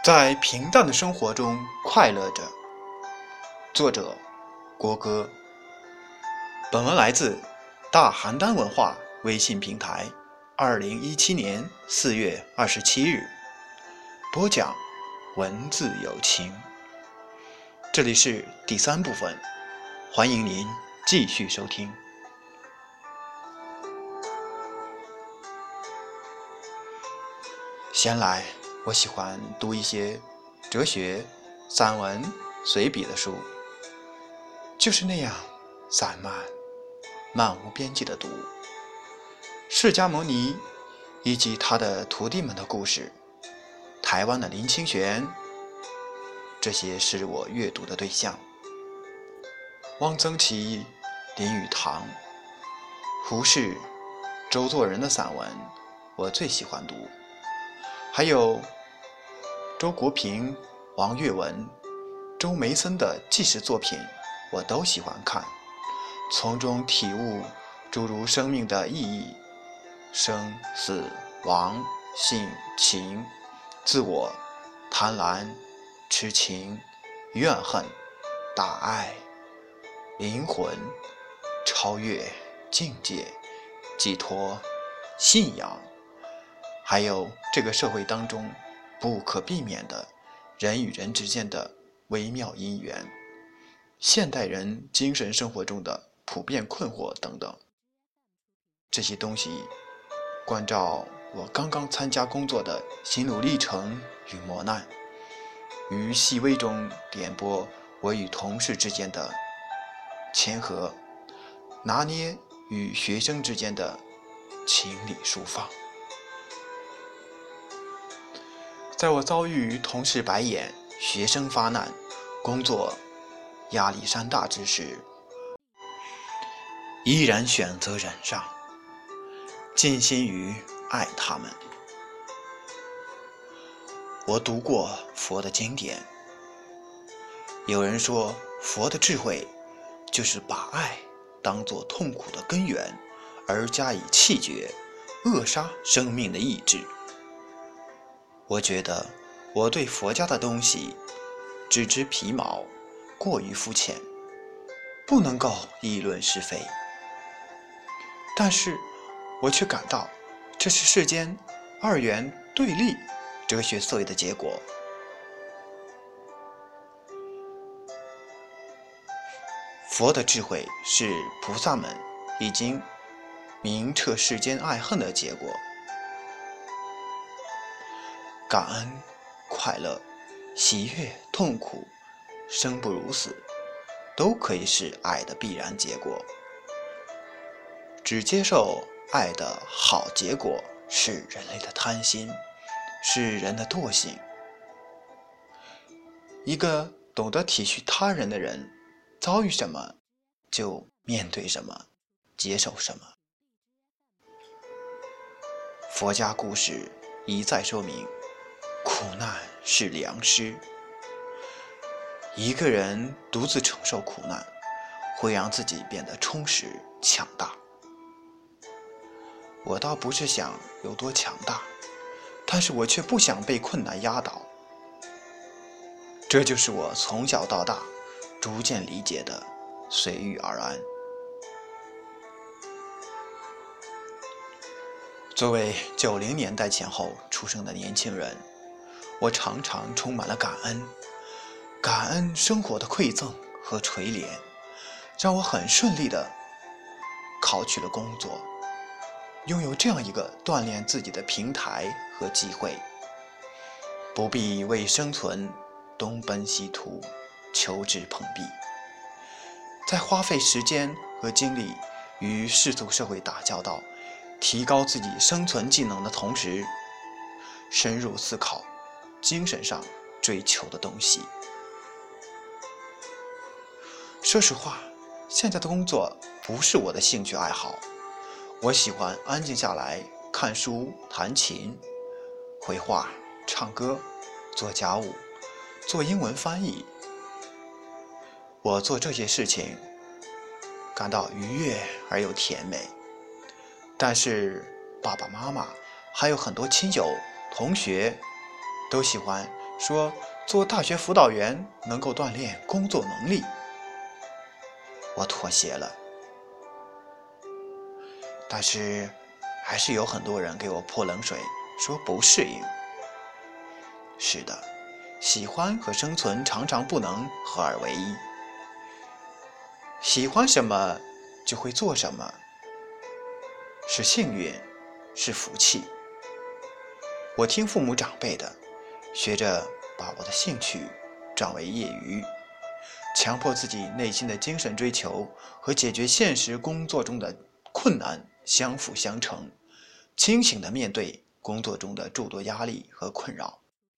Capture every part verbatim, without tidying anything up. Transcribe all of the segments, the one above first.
在平淡的生活中快乐着。作者郭歌。本文来自大邯郸文化微信平台，二零一七年四月二十七日。播讲文字有情。这里是第三部分，欢迎您继续收听。闲来，我喜欢读一些哲学、散文、随笔的书，就是那样散漫、漫无边际的读。释迦牟尼以及他的徒弟们的故事，台湾的林清玄，这些是我阅读的对象。汪曾祺、林语堂、胡适、周作人的散文，我最喜欢读。还有周国平、王岳文、周梅森的纪实作品，我都喜欢看，从中体悟诸如生命的意义、生死亡、性情、自我、贪婪、痴情、怨恨、大爱、灵魂、超越、境界、寄托、信仰，还有这个社会当中不可避免的人与人之间的微妙因缘，现代人精神生活中的普遍困惑等等。这些东西关照我刚刚参加工作的心路历程与磨难，于细微中点拨我与同事之间的谦和，拿捏与学生之间的情理疏放。在我遭遇同事白眼、学生发难、工作压力山大之时，依然选择忍让，尽心于爱他们。我读过佛的经典，有人说佛的智慧就是把爱当作痛苦的根源，而加以弃绝，扼杀生命的意志。我觉得我对佛家的东西只知皮毛，过于肤浅，不能够议论是非。但是我却感到这是世间二元对立哲学思维的结果。佛的智慧是菩萨们已经明彻世间爱恨的结果。感恩、快乐、喜悦、痛苦、生不如死，都可以是爱的必然结果。只接受爱的好结果是人类的贪心，是人的惰性。一个懂得体恤他人的人，遭遇什么就面对什么，接受什么。佛家故事一再说明，苦难是良师。一个人独自承受苦难，会让自己变得充实强大。我倒不是想有多强大，但是我却不想被困难压倒。这就是我从小到大逐渐理解的随遇而安。作为九零年代前后出生的年轻人，我常常充满了感恩，感恩生活的馈赠和垂怜，让我很顺利地考取了工作，拥有这样一个锻炼自己的平台和机会，不必为生存东奔西突，求之碰壁。在花费时间和精力与世俗社会打交道，提高自己生存技能的同时，深入思考精神上追求的东西。说实话，现在的工作不是我的兴趣爱好。我喜欢安静下来看书、弹琴、绘画、唱歌、做家务、做英文翻译。我做这些事情感到愉悦而又甜美，但是爸爸妈妈还有很多亲友、同学都喜欢说做大学辅导员能够锻炼工作能力，我妥协了。但是还是有很多人给我泼冷水，说不适应。是的，喜欢和生存常常不能合二为一。喜欢什么就会做什么，是幸运，是福气。我听父母长辈的，学着把我的兴趣转为业余，强迫自己内心的精神追求和解决现实工作中的困难相辅相成，清醒地面对工作中的诸多压力和困扰。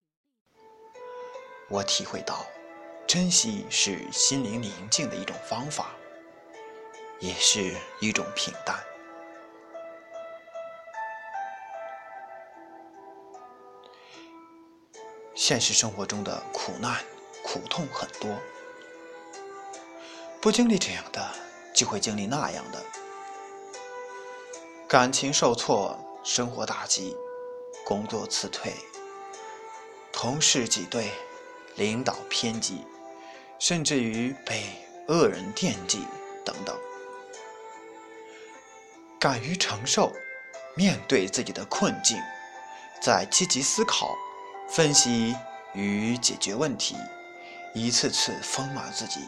我体会到，珍惜是心灵宁静的一种方法，也是一种平淡。现实生活中的苦难、苦痛很多，不经历这样的，就会经历那样的。感情受挫，生活打击，工作辞退，同事挤兑，领导偏激，甚至于被恶人惦记等等。敢于承受，面对自己的困境，再积极思考、分析与解决问题，一次次丰满自己。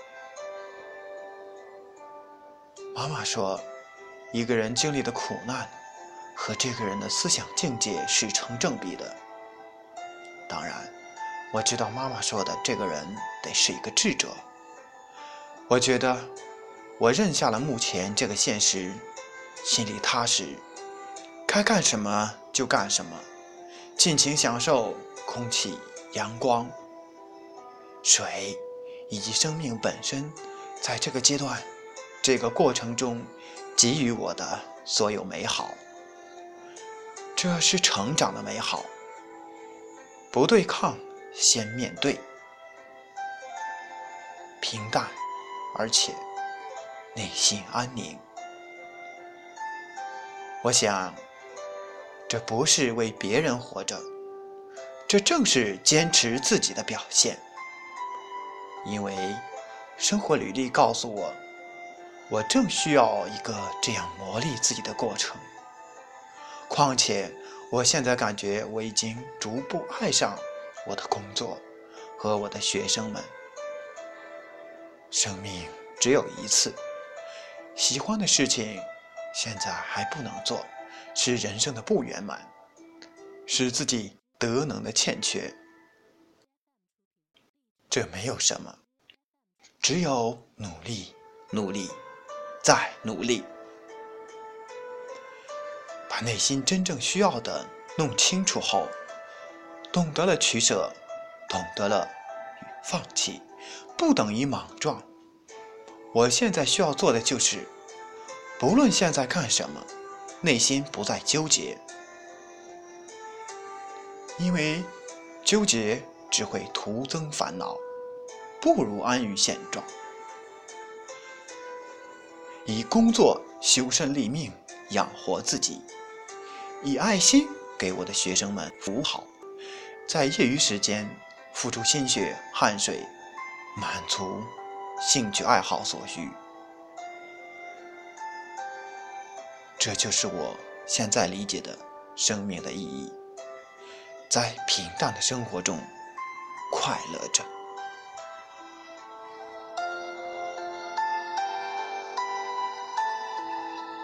妈妈说，一个人经历的苦难和这个人的思想境界是成正比的。当然，我知道妈妈说的这个人得是一个智者。我觉得我认下了目前这个现实，心里踏实，该干什么就干什么，尽情享受空气、阳光、水以及生命本身在这个阶段、这个过程中给予我的所有美好。这是成长的美好，不对抗，先面对，平淡，而且内心安宁。我想，这不是为别人活着，这正是坚持自己的表现。因为生活履历告诉我，我正需要一个这样磨砺自己的过程。况且我现在感觉我已经逐步爱上我的工作和我的学生们。生命只有一次，喜欢的事情现在还不能做，是人生的不圆满，是自己德能的欠缺。这没有什么，只有努力，努力，再努力。把内心真正需要的弄清楚后，懂得了取舍，懂得了放弃，不等于莽撞。我现在需要做的就是，不论现在干什么，内心不再纠结，因为纠结只会徒增烦恼，不如安于现状。以工作修身立命，养活自己，以爱心给我的学生们服务好，在业余时间付出心血汗水，满足兴趣爱好所需。这就是我现在理解的生命的意义，在平淡的生活中快乐着。